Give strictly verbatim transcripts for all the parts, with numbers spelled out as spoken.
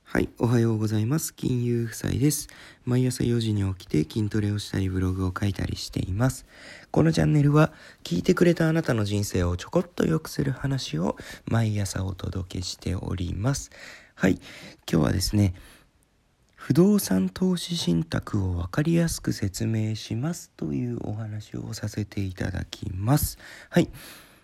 はい、おはようございます。金融夫妻です。毎朝よじに起きて筋トレをしたりブログを書いたりしています。このチャンネルは聞いてくれたあなたの人生をちょこっと良くする話を毎朝お届けしております。はい、今日はですね、不動産投資信託をわかりやすく説明しますというお話をさせていただきます。はい。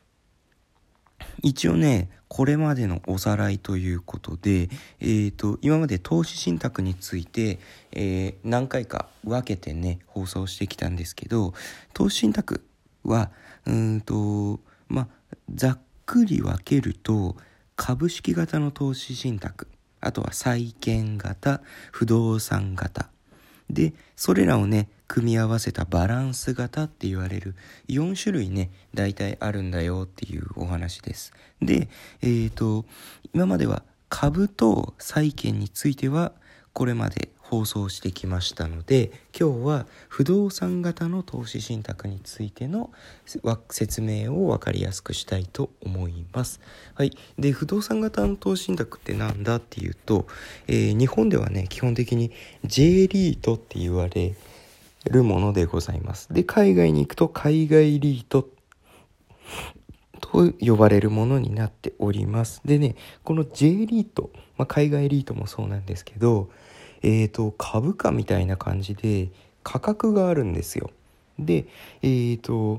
一応ね、これまでのおさらいということで、えーと、今まで投資信託について、えー、何回か分けてね、放送してきたんですけど、投資信託は、うーんと、まあ、ざっくり分けると、株式型の投資信託、あとは債券型、不動産型、でそれらをね組み合わせたバランス型って言われるよん種類ね大体あるんだよっていうお話です。でえーと今までは株と債券についてはこれまで放送してきましたので、今日は不動産型の投資信託についての説明を分かりやすくしたいと思います。はい。で、不動産型の投資信託ってなんだっていうと、えー、日本ではね基本的に J リートって言われるものでございます。で、海外に行くと海外リートと呼ばれるものになっております。でね、この J リート、まあ、海外リートもそうなんですけど、えーと、株価みたいな感じで価格があるんですよ。で、えーと、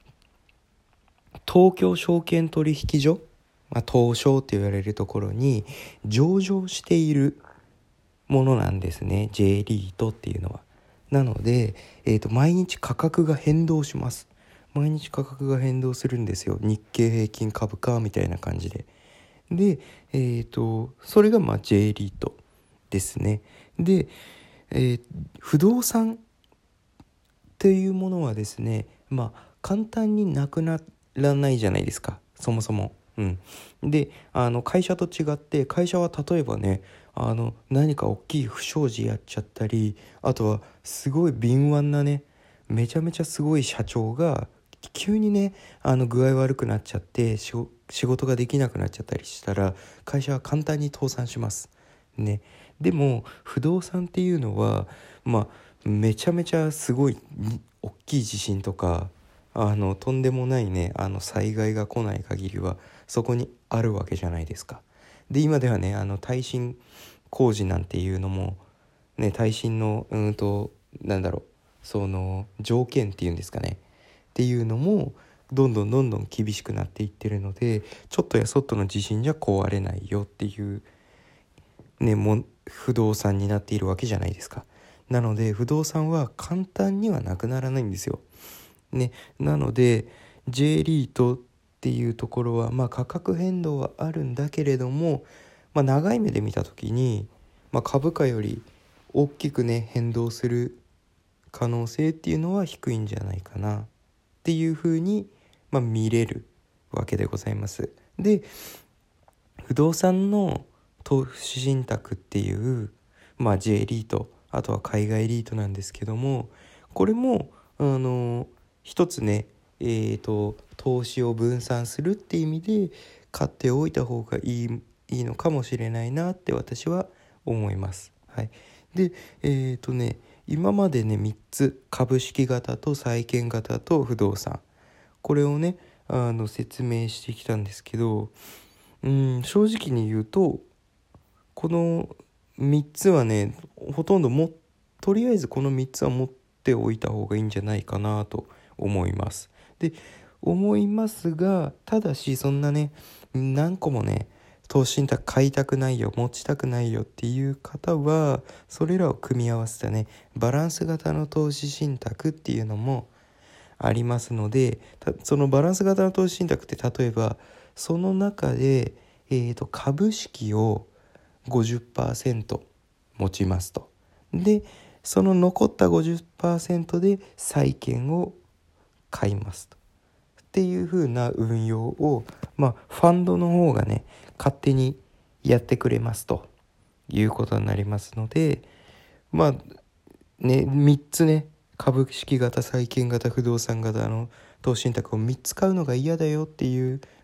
東京証券取引所、まあ、東証って言われるところに上場しているものなんですね、 J リートっていうのは。なので、えーと、毎日価格が変動します。毎日価格が変動するんですよ。日経平均株価みたいな感じで。で、えーと、それがまあ J リートですね。で、えー、不動産っていうものはですね、まあ簡単になくならないじゃないですか、そもそも。うん、であの会社と違って、会社は例えばね、あの何か大きい不祥事やっちゃったり、あとはすごい敏腕なね、めちゃめちゃすごい社長が急にねあの具合悪くなっちゃって仕事ができなくなっちゃったりしたら、会社は簡単に倒産しますね。でも不動産っていうのはまあめちゃめちゃすごい大きい地震とか、あのとんでもないねあの災害が来ない限りはそこにあるわけじゃないですか。で今ではね、あの耐震工事なんていうのもね、耐震のうんとなんだろうその条件っていうんですかねっていうのもどんどんどんどん厳しくなっていってるので、ちょっとやそっとの地震じゃ壊れないよっていうねも不動産になっているわけじゃないですか。なので不動産は簡単にはなくならないんですよ。ね、なので J リートっていうところは、まあ、価格変動はあるんだけれども、まあ、長い目で見た時に、まあ、株価より大きくね変動する可能性っていうのは低いんじゃないかなっていうふうに、まあ、見れるわけでございます。で不動産の投資信託っていう、まあ、J リート、あとは海外リートなんですけども、これもあの一つね、えーと、投資を分散するっていう意味で買っておいた方がいい、いいのかもしれないなって私は思います。はい。で、えーとね、今までねみっつ、株式型と債券型と不動産、これをねあの説明してきたんですけど、うん正直に言うとこのみっつはねほとんどもとりあえずこのみっつは持っておいた方がいいんじゃないかなと思います。で思いますが、ただしそんなね何個もね投資信託買いたくないよ、持ちたくないよっていう方はそれらを組み合わせたねバランス型の投資信託っていうのもありますので、そのバランス型の投資信託って例えばその中で、えーと、株式を ごじゅっパーセント 持ちますと。でその残った ごじゅっパーセント で債券を買いますとっていう風な運用を、まあファンドの方がね勝手にやってくれますということになりますので、まあねみっつね、株式型、債券型、不動産型の投資信託をみっつ買うのが嫌だよっていう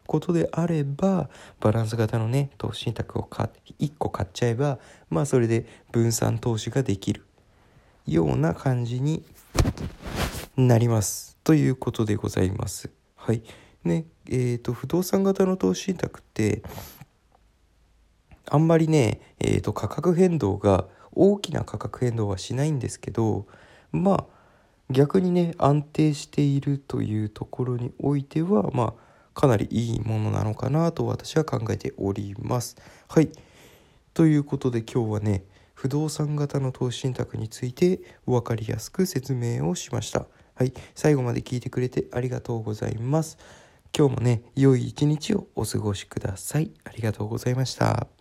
ことであれば、バランス型のね投資信託を買いっこ買っちゃえば、まあそれで分散投資ができるような感じになりますということでございます。はいね。えーと不動産型の投資信託ってあんまりね、えーと価格変動が大きな価格変動はしないんですけど、まあ逆にね安定しているというところにおいては、まあかなりいいものなのかなと私は考えております。はい。ということで今日はね、不動産型の投資信託について分かりやすく説明をしました。はい。最後まで聞いてくれてありがとうございます。今日もね、良い一日をお過ごしください。ありがとうございました。